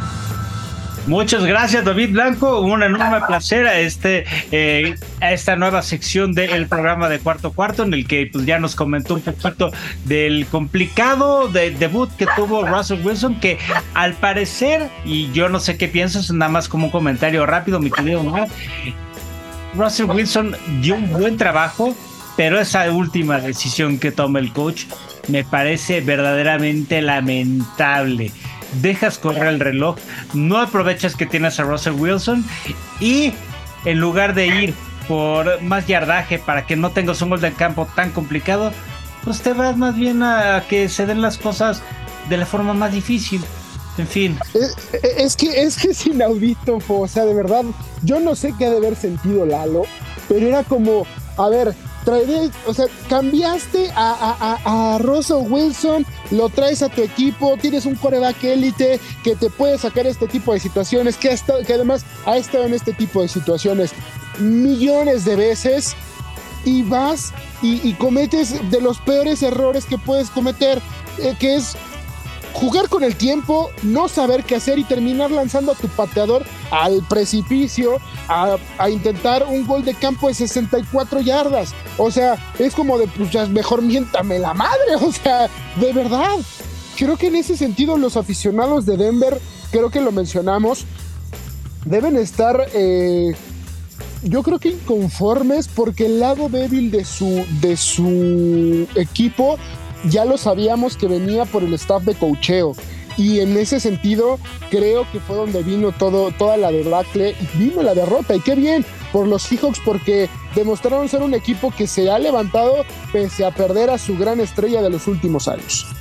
Muchas gracias, David Blanco. Un enorme placer a, este, eh, a esta nueva sección del programa de Cuarto Cuarto, en el que pues, ya nos comentó un poquito del complicado de, debut que tuvo Russell Wilson, que al parecer, y yo no sé qué piensas, nada más como un comentario rápido, mi querido Omar, Russell Wilson dio un buen trabajo, pero esa última decisión que toma el coach me parece verdaderamente lamentable. Dejas correr el reloj, no aprovechas que tienes a Russell Wilson, y en lugar de ir por más yardaje para que no tengas un gol de campo tan complicado, pues te vas más bien a que se den las cosas de la forma más difícil. En fin. Es, es que es que es inaudito, o sea, de verdad, yo no sé qué ha de haber sentido Lalo, pero era como, a ver, traeré, o sea, cambiaste a, a, a Russell Wilson, lo traes a tu equipo, tienes un quarterback élite que te puede sacar este tipo de situaciones, que, ha estado, que además ha estado en este tipo de situaciones millones de veces, y vas y, y cometes de los peores errores que puedes cometer, eh, que es jugar con el tiempo, no saber qué hacer y terminar lanzando a tu pateador al precipicio a, a intentar un gol de campo de sesenta y cuatro yardas. O sea, es como de, pues ya mejor miéntame la madre. O sea, de verdad. Creo que en ese sentido los aficionados de Denver, creo que lo mencionamos, deben estar, eh, yo creo que inconformes, porque el lado débil de su, de su equipo ya lo sabíamos que venía por el staff de coacheo, y en ese sentido creo que fue donde vino todo, toda la debacle, vino la derrota, y qué bien por los Seahawks, porque demostraron ser un equipo que se ha levantado pese a perder a su gran estrella de los últimos años.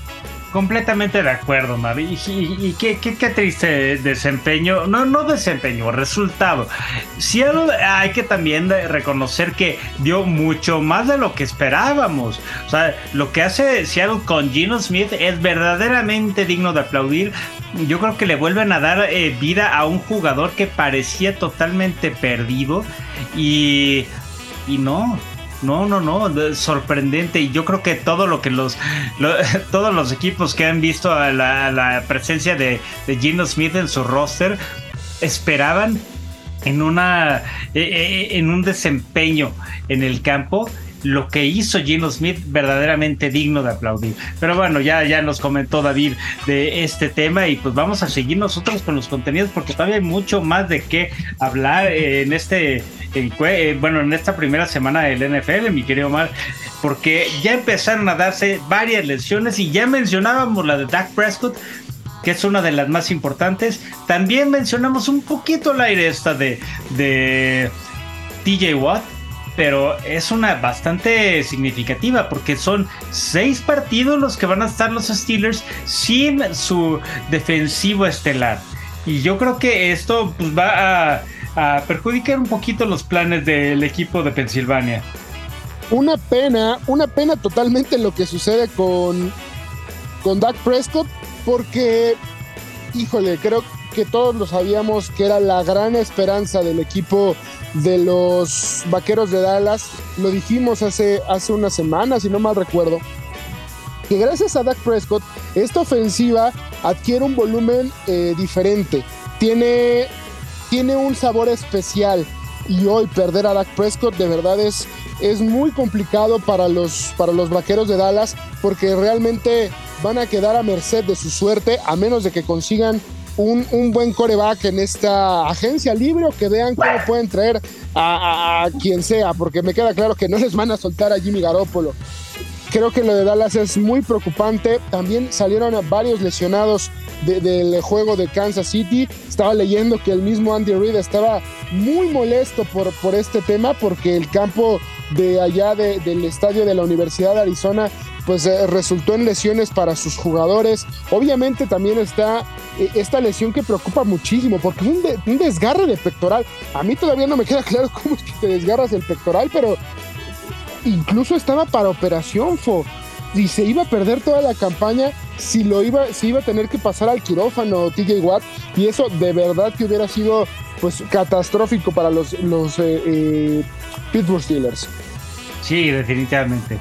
Completamente de acuerdo, Mavi. Y, y, y qué, qué, qué triste desempeño, no, no desempeño, resultado. Seattle hay que también reconocer que dio mucho más de lo que esperábamos. O sea, lo que hace Seattle con Geno Smith es verdaderamente digno de aplaudir. Yo creo que le vuelven a dar eh, vida a un jugador que parecía totalmente perdido y, y no. No, no, no, sorprendente. Y yo creo que todo lo que los lo, todos los equipos que han visto a la, a la presencia de, de Geno Smith en su roster esperaban en una eh, en un desempeño en el campo. Lo que hizo Geno Smith verdaderamente digno de aplaudir. Pero bueno, ya, ya nos comentó David de este tema y pues vamos a seguir nosotros con los contenidos porque todavía hay mucho más de qué hablar en este en, bueno, en esta primera semana del N F L, mi querido Omar, porque ya empezaron a darse varias lesiones y ya mencionábamos la de Dak Prescott, que es una de las más importantes. También mencionamos un poquito al aire esta de, de T J Watt, pero es una bastante significativa porque son seis partidos los que van a estar los Steelers sin su defensivo estelar. Y yo creo que esto pues, va a, a perjudicar un poquito los planes del equipo de Pensilvania. Una pena, una pena totalmente lo que sucede con, con Dak Prescott, porque, híjole, creo que todos lo sabíamos que era la gran esperanza del equipo de los Vaqueros de Dallas. Lo dijimos hace, hace unas semanas, si no mal recuerdo, que gracias a Dak Prescott esta ofensiva adquiere un volumen eh, diferente, tiene, tiene un sabor especial, y hoy perder a Dak Prescott de verdad es, es muy complicado para los, para los Vaqueros de Dallas, porque realmente van a quedar a merced de su suerte, a menos de que consigan Un, un buen quarterback en esta agencia libre, o que vean cómo pueden traer a, a, a quien sea, porque me queda claro que no les van a soltar a Jimmy Garoppolo. Creo que lo de Dallas es muy preocupante. También salieron varios lesionados de, del juego de Kansas City. Estaba leyendo que el mismo Andy Reid estaba muy molesto por, por este tema, porque el campo de allá de, del estadio de la Universidad de Arizona pues eh, resultó en lesiones para sus jugadores. Obviamente también está eh, esta lesión que preocupa muchísimo, porque es un, de, un desgarre de pectoral. A mí todavía no me queda claro cómo es que te desgarras el pectoral, pero incluso estaba para operación, Fo, y se iba a perder toda la campaña si lo iba, si iba a tener que pasar al quirófano T J Watt, y eso de verdad que hubiera sido pues catastrófico para los, los eh, eh, Pittsburgh Steelers. Sí, definitivamente.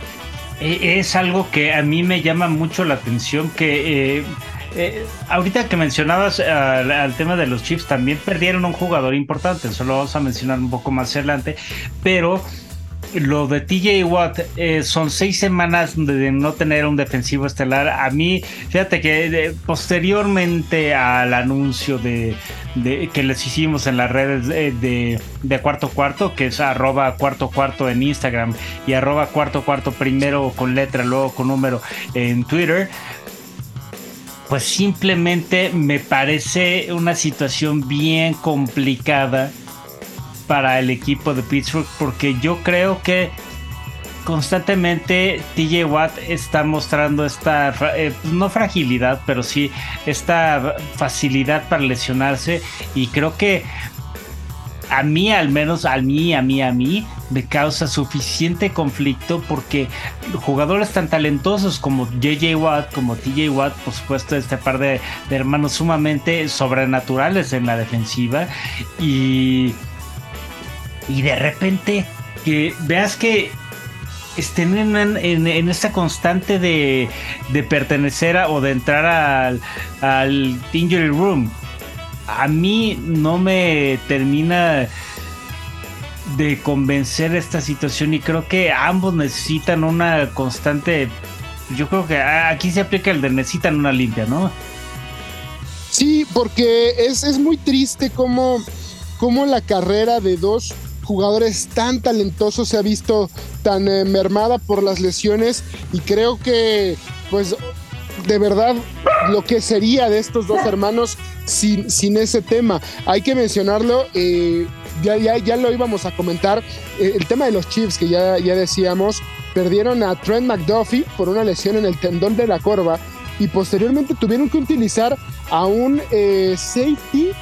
Es algo que a mí me llama mucho la atención, que eh, eh, ahorita que mencionabas uh, al tema de los Chiefs, también perdieron un jugador importante, eso lo vamos a mencionar un poco más adelante, pero lo de T J Watt eh, son seis semanas de no tener un defensivo estelar. A mí, fíjate que de, posteriormente al anuncio de, de que les hicimos en las redes de, de, de Cuarto Cuarto, que es arroba Cuarto Cuarto en Instagram y arroba Cuarto Cuarto primero con letra, luego con número en Twitter, pues simplemente me parece una situación bien complicada para el equipo de Pittsburgh, porque yo creo que constantemente T J Watt está mostrando esta eh, no fragilidad, pero sí esta facilidad para lesionarse, y creo que a mí, al menos a mí, a mí, a mí me causa suficiente conflicto, porque jugadores tan talentosos como J J Watt, como T J Watt, por supuesto, este par de, de hermanos sumamente sobrenaturales en la defensiva, y y de repente que veas que estén en, en, en esta constante de, de pertenecer a, o de entrar al, al injury room, a mí no me termina de convencer esta situación, y creo que ambos necesitan una constante. Yo creo que aquí se aplica el de necesitan una limpia, ¿no? Sí, porque es, es muy triste cómo, cómo la carrera de dos jugadores tan talentosos se ha visto tan eh, mermada por las lesiones, y creo que pues de verdad lo que sería de estos dos hermanos sin, sin ese tema. Hay que mencionarlo, eh, ya, ya, ya lo íbamos a comentar, eh, el tema de los Chiefs, que ya, ya decíamos, perdieron a Trent McDuffie por una lesión en el tendón de la corva, y posteriormente tuvieron que utilizar a un eh, safety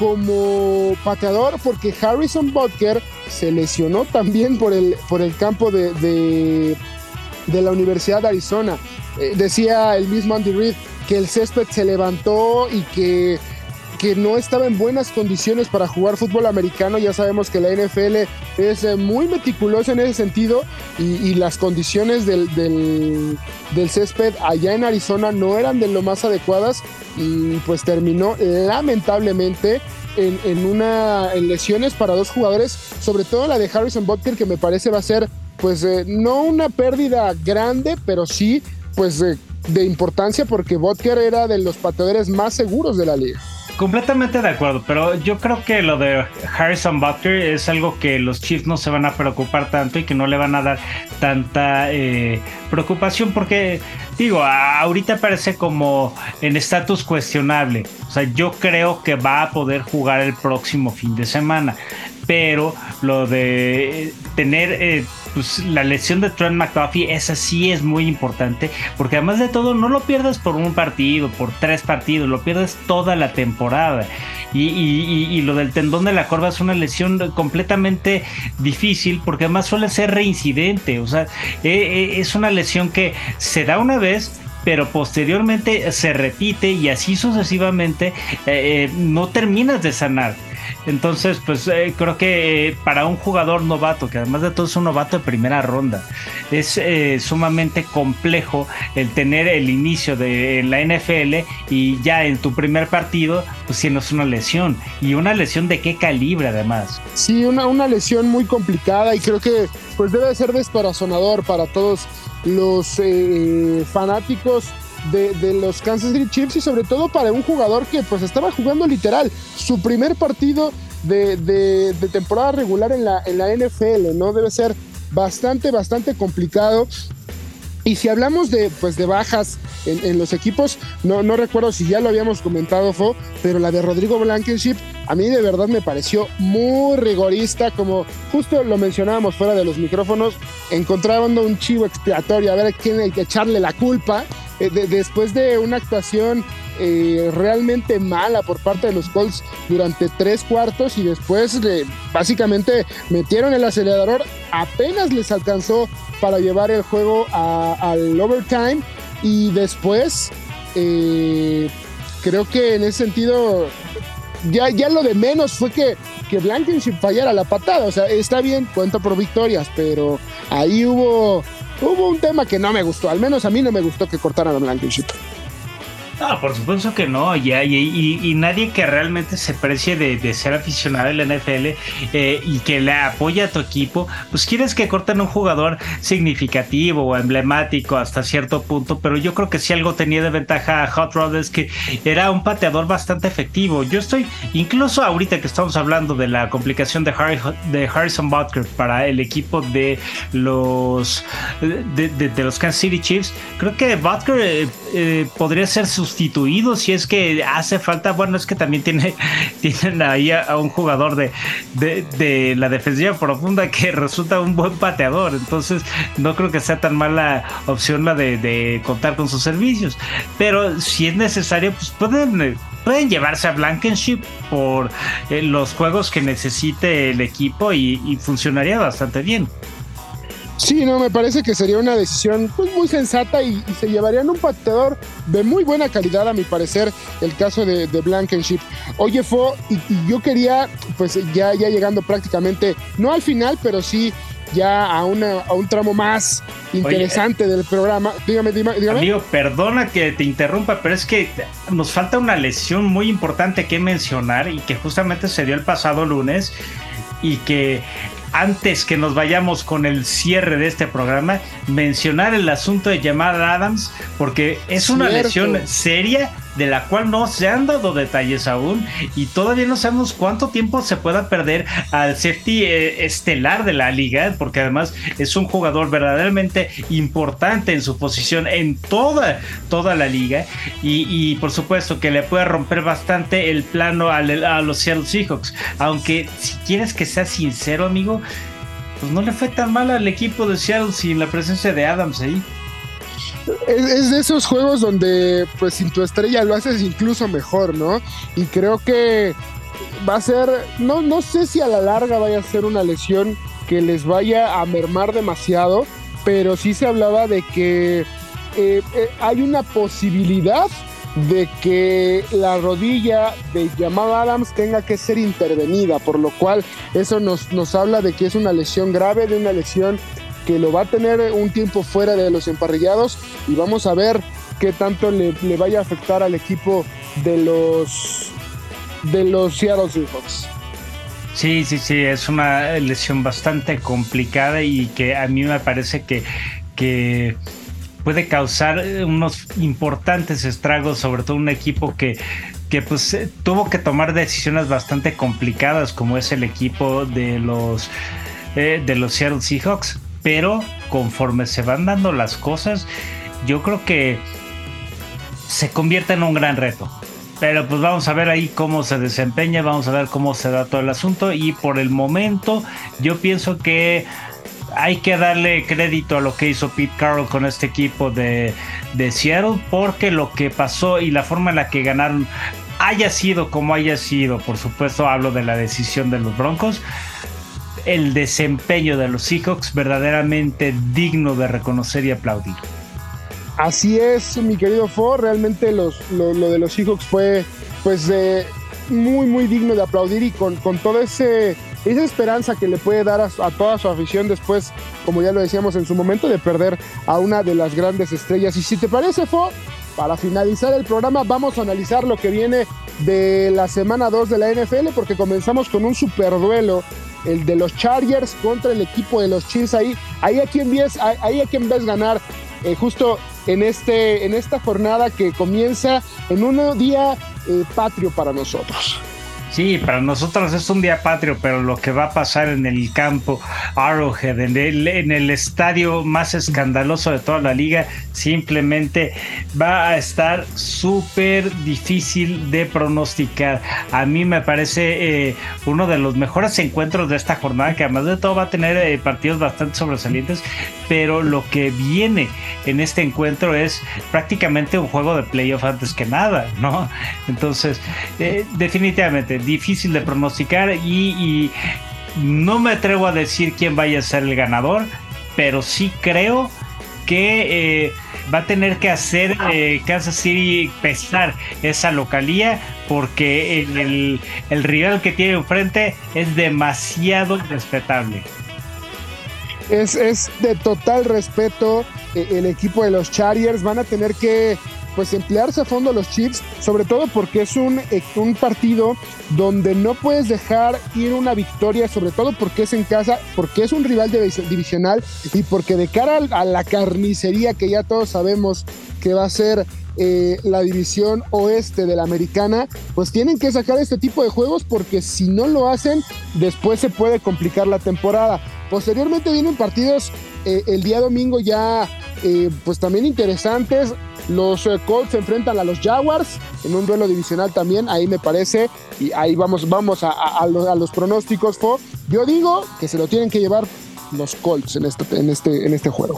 como pateador porque Harrison Butker se lesionó también por el, por el campo de, de, de la Universidad de Arizona. Eh, decía el mismo Andy Reid que el césped se levantó y que, que no estaba en buenas condiciones para jugar fútbol americano. Ya sabemos que la N F L es eh, muy meticulosa en ese sentido y, y las condiciones del, del, del césped allá en Arizona no eran de lo más adecuadas y pues terminó lamentablemente en, en, una, en lesiones para dos jugadores, sobre todo la de Harrison Butker, que me parece va a ser pues eh, no una pérdida grande, pero sí pues eh, de importancia porque Butker era de los pateadores más seguros de la liga. Completamente de acuerdo, pero yo creo que lo de Harrison Butker es algo que los Chiefs no se van a preocupar tanto y que no le van a dar tanta eh, preocupación porque, digo, ahorita parece como en estatus cuestionable. O sea, yo creo que va a poder jugar el próximo fin de semana, pero lo de tener eh, pues, la lesión de Trent McDuffie, esa sí es muy importante, porque además de todo no lo pierdes por un partido, por tres partidos, lo pierdes toda la temporada. Y, y, y lo del tendón de la corva es una lesión completamente difícil, porque además suele ser reincidente. O sea, eh, eh, es una lesión que se da una vez, pero posteriormente se repite y así sucesivamente eh, eh, no terminas de sanar. Entonces, pues eh, creo que eh, para un jugador novato, que además de todo es un novato de primera ronda, es eh, sumamente complejo el tener el inicio de en la N F L y ya en tu primer partido, pues tienes una lesión. ¿Y una lesión de qué calibre además? Sí, una, una lesión muy complicada y creo que pues debe ser descorazonador para todos los eh, fanáticos De, de los Kansas City Chiefs y sobre todo para un jugador que pues estaba jugando literal su primer partido de, de, de temporada regular en la, en la N F L, ¿no? Debe ser bastante, bastante complicado. Y si hablamos de, pues, de bajas en, en los equipos, no, no recuerdo si ya lo habíamos comentado, Fo, pero la de Rodrigo Blankenship a mí de verdad me pareció muy rigorista, como justo lo mencionábamos fuera de los micrófonos, encontrando un chivo expiatorio, a ver a quién hay que echarle la culpa, eh, de, después de una actuación eh, realmente mala por parte de los Colts durante tres cuartos y después le, básicamente metieron el acelerador, apenas les alcanzó para llevar el juego a, al overtime y después eh, creo que en ese sentido ya, ya lo de menos fue que, que Blankenship fallara la patada. O sea, está bien, cuenta por victorias, pero ahí hubo, hubo un tema que no me gustó, al menos a mí no me gustó que cortaran a Blankenship. No, por supuesto que no, y, y, y, y nadie que realmente se precie de, de ser aficionado en la N F L eh, y que le apoya a tu equipo, pues quieres que corten un jugador significativo o emblemático hasta cierto punto, pero yo creo que si algo tenía de ventaja a Hot Rod es que era un pateador bastante efectivo. Yo estoy, incluso ahorita que estamos hablando de la complicación de, Harry, de Harrison Butker para el equipo de los de, de, de los Kansas City Chiefs, creo que Butker eh, eh, podría ser su sustituido si es que hace falta. Bueno, es que también tiene tienen ahí a, a un jugador de, de, de la defensiva profunda que resulta un buen pateador, entonces no creo que sea tan mala opción la de, de contar con sus servicios, pero si es necesario pues pueden pueden llevarse a Blankenship por eh, los juegos que necesite el equipo y, y funcionaría bastante bien. Sí, no, me parece que sería una decisión pues, muy sensata y, y se llevarían un pateador de muy buena calidad, a mi parecer, el caso de, de Blankenship. Oye, Fo, y, y yo quería, pues ya, ya llegando prácticamente, no al final, pero sí ya a, una, a un tramo más interesante Oye, del programa. Dígame, dígame, dígame. Amigo, perdona que te interrumpa, pero es que nos falta una lesión muy importante que mencionar y que justamente se dio el pasado lunes y que... Antes que nos vayamos con el cierre de este programa, mencionar el asunto de Jamal Adams, porque es una Cierto. lesión seria de la cual no se han dado detalles aún y todavía no sabemos cuánto tiempo se pueda perder al safety eh, estelar de la liga, porque además es un jugador verdaderamente importante en su posición en toda, toda la liga y, y por supuesto que le puede romper bastante el plano a, a los Seattle Seahawks, aunque si quieres que sea sincero, amigo, pues no le fue tan mal al equipo de Seattle sin la presencia de Adams ahí. es, es de esos juegos donde pues sin tu estrella lo haces incluso mejor, ¿no? Y creo que va a ser, no, no sé si a la larga vaya a ser una lesión que les vaya a mermar demasiado, pero sí se hablaba de que eh, eh, hay una posibilidad de que la rodilla de Jamal Adams tenga que ser intervenida, por lo cual eso nos, nos habla de que es una lesión grave, de una lesión que lo va a tener un tiempo fuera de los emparrillados, y vamos a ver qué tanto le, le vaya a afectar al equipo de los de los Seattle Seahawks. Sí, sí, sí, es una lesión bastante complicada y que a mí me parece que, que puede causar unos importantes estragos, sobre todo un equipo que, que pues tuvo que tomar decisiones bastante complicadas, como es el equipo de los, eh, de los Seattle Seahawks, pero conforme se van dando las cosas, yo creo que se convierte en un gran reto. Pero pues vamos a ver ahí cómo se desempeña, vamos a ver cómo se da todo el asunto, y por el momento yo pienso que hay que darle crédito a lo que hizo Pete Carroll con este equipo de, de Seattle, porque lo que pasó y la forma en la que ganaron, haya sido como haya sido, por supuesto hablo de la decisión de los Broncos, el desempeño de los Seahawks verdaderamente digno de reconocer y aplaudir. Así es, mi querido Fo, realmente los, lo, lo de los Seahawks fue pues eh, muy muy digno de aplaudir, y con, con toda ese, esa esperanza que le puede dar a, a toda su afición después, como ya lo decíamos en su momento, de perder a una de las grandes estrellas. Y si te parece, Fo, para finalizar el programa vamos a analizar lo que viene de la semana dos de la N F L, porque comenzamos con un superduelo, el de los Chargers contra el equipo de los Chiefs. Ahí, ahí a quien ves, ahí a quien ves ganar eh, justo en, este, en esta jornada que comienza en un día eh, patrio para nosotros. Sí, para nosotros es un día patrio, pero lo que va a pasar en el campo Arrowhead, en el, en el estadio más escandaloso de toda la liga, simplemente va a estar súper difícil de pronosticar. A mí me parece eh, uno de los mejores encuentros de esta jornada, que además de todo va a tener eh, partidos bastante sobresalientes, pero lo que viene en este encuentro es prácticamente un juego de playoff antes que nada, ¿no? Entonces, eh, definitivamente difícil de pronosticar, y, y no me atrevo a decir quién vaya a ser el ganador, pero sí creo que eh, va a tener que hacer eh, Kansas City pesar esa localía, porque el, el, el rival que tiene enfrente es demasiado respetable. Es, es de total respeto eh, el equipo de los Chargers. Van a tener que pues emplearse a fondo los Chiefs, sobre todo porque es un, un partido donde no puedes dejar ir una victoria, sobre todo porque es en casa, porque es un rival divisional, y porque de cara a la carnicería que ya todos sabemos que va a ser eh, la división oeste de la americana, pues tienen que sacar este tipo de juegos, porque si no lo hacen, después se puede complicar la temporada. Posteriormente vienen partidos eh, el día domingo ya eh, pues también interesantes. Los eh, Colts se enfrentan a los Jaguars en un duelo divisional también, ahí me parece, y ahí vamos, vamos a, a, a, los, a los pronósticos, Fo. Yo digo que se lo tienen que llevar los Colts en este, en este, en este juego.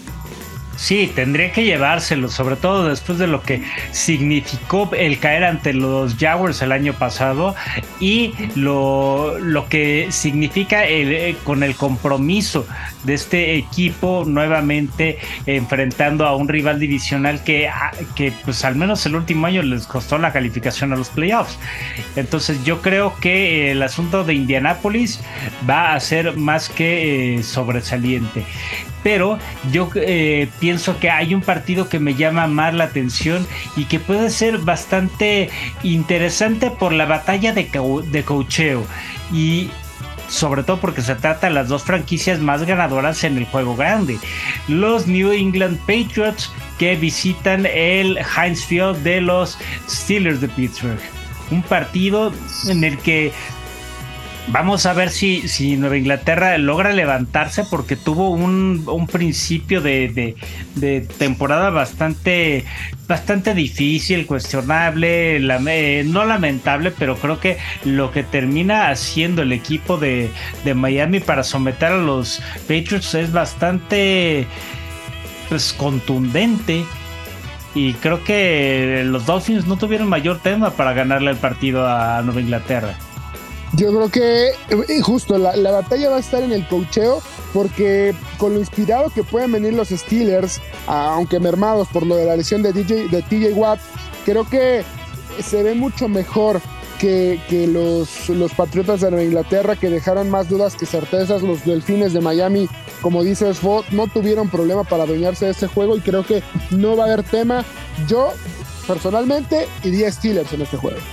Sí, tendría que llevárselo, sobre todo después de lo que significó el caer ante los Jaguars el año pasado, y lo, lo que significa el, con el compromiso de este equipo nuevamente enfrentando a un rival divisional que, que pues al menos el último año les costó la calificación a los playoffs. Entonces yo creo que el asunto de Indianápolis va a ser más que eh, sobresaliente. Pero yo eh, pienso que hay un partido que me llama más la atención y que puede ser bastante interesante por la batalla de, co- de coacheo, y sobre todo porque se trata de las dos franquicias más ganadoras en el juego grande. Los New England Patriots, que visitan el Heinz Field de los Steelers de Pittsburgh. Un partido en el que vamos a ver si, si Nueva Inglaterra logra levantarse, porque tuvo un, un principio de, de, de temporada bastante, bastante difícil, cuestionable, lame, no lamentable, pero creo que lo que termina haciendo el equipo de, de Miami para someter a los Patriots es bastante pues contundente. Y creo que los Dolphins no tuvieron mayor tema para ganarle el partido a Nueva Inglaterra. Yo creo que justo la, la batalla va a estar en el coacheo, porque con lo inspirado que pueden venir los Steelers, aunque mermados por lo de la lesión de, D J, de T J Watt, creo que se ve mucho mejor que, que los, los Patriotas de Nueva Inglaterra, que dejaron más dudas que certezas. Los Delfines de Miami, como dices, no tuvieron problema para adueñarse de este juego, y creo que no va a haber tema. Yo personalmente iría Steelers en este juego.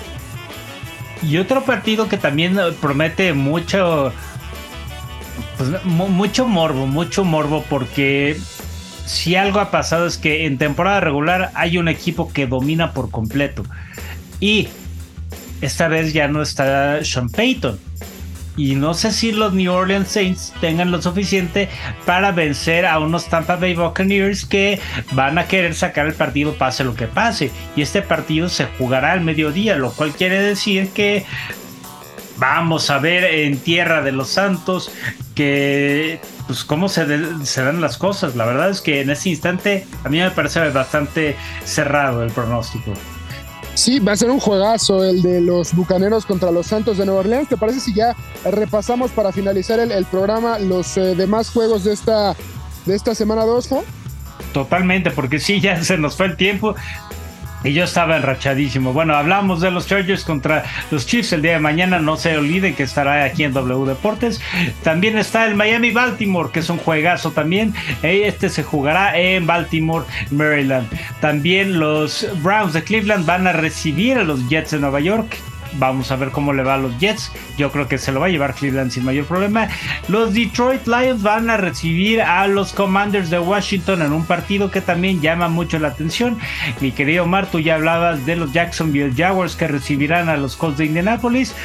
Y otro partido que también promete mucho, pues, mucho morbo, mucho morbo, porque si algo ha pasado es que en temporada regular hay un equipo que domina por completo, y esta vez ya no está Sean Payton. Y no sé si los New Orleans Saints tengan lo suficiente para vencer a unos Tampa Bay Buccaneers que van a querer sacar el partido pase lo que pase. Y este partido se jugará al mediodía, lo cual quiere decir que vamos a ver en tierra de los Santos que, pues, cómo se, de, se dan las cosas. La verdad es que en ese instante a mí me parece bastante cerrado el pronóstico. Sí, va a ser un juegazo el de los Bucaneros contra los Santos de Nueva Orleans. ¿Te parece si ya repasamos para finalizar el, el programa los eh, demás juegos de esta, de esta semana dos, ¿no? Totalmente, porque sí, ya se nos fue el tiempo y yo estaba enrachadísimo. Bueno, hablamos de los Chargers contra los Chiefs el día de mañana. No se olviden que estará aquí en W Deportes. También está el Miami-Baltimore, que es un juegazo también. Este se jugará en Baltimore, Maryland. También los Browns de Cleveland van a recibir a los Jets de Nueva York. Vamos a ver cómo le va a los Jets. Yo creo que se lo va a llevar Cleveland sin mayor problema. Los Detroit Lions van a recibir a los Commanders de Washington en un partido que también llama mucho la atención. Mi querido Omar, tú ya hablabas de los Jacksonville Jaguars, que recibirán a los Colts de Indianapolis.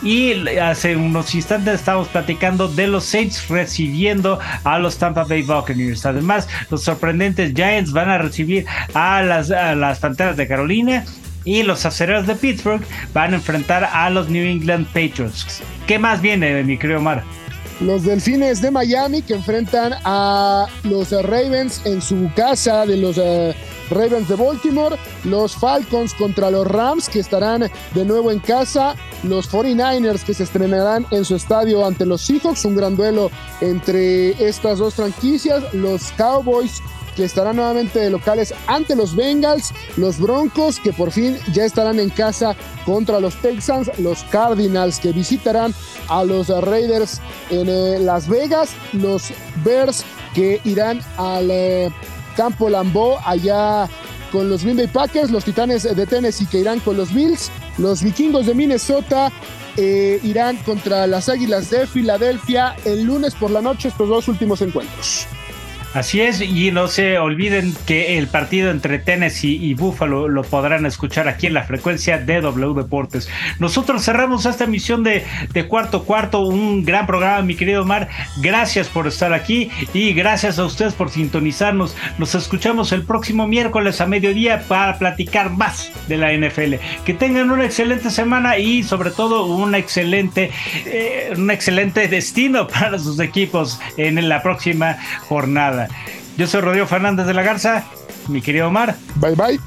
Y hace unos instantes estábamos platicando de los Saints recibiendo a los Tampa Bay Buccaneers. Además, los sorprendentes Giants van a recibir a las, a las Panteras de Carolina. Y los Acereros de Pittsburgh van a enfrentar a los New England Patriots. ¿Qué más viene, mi querido Omar? Los Delfines de Miami, que enfrentan a los Ravens en su casa de los uh, Ravens de Baltimore. Los Falcons contra los Rams, que estarán de nuevo en casa. Los cuarenta y nueve ers, que se estrenarán en su estadio ante los Seahawks. Un gran duelo entre estas dos franquicias. Los Cowboys, que estarán nuevamente de locales ante los Bengals. Los Broncos, que por fin ya estarán en casa contra los Texans. Los Cardinals, que visitarán a los Raiders en eh, Las Vegas. Los Bears, que irán al eh, campo Lambeau allá con los Green Bay Packers. Los Titanes de Tennessee, que irán con los Bills. Los Vikingos de Minnesota eh, irán contra las Águilas de Filadelfia el lunes por la noche, estos dos últimos encuentros. Así es, y no se olviden que el partido entre Tennessee y Buffalo lo podrán escuchar aquí en la frecuencia de W Deportes. Nosotros cerramos esta emisión de, de Cuarto Cuarto, un gran programa, mi querido Omar. Gracias por estar aquí y gracias a ustedes por sintonizarnos. Nos escuchamos el próximo miércoles a mediodía para platicar más de la N F L. Que tengan una excelente semana y sobre todo un excelente, eh, un excelente destino para sus equipos en la próxima jornada. Yo soy Rodrigo Fernández de la Garza, mi querido Omar. Bye bye.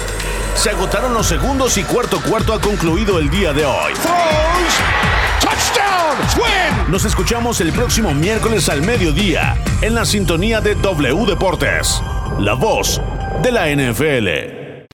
Se agotaron los segundos y Cuarto Cuarto ha concluido el día de hoy. Touchdown, nos escuchamos el próximo miércoles al mediodía en la sintonía de W Deportes, la voz de la N F L.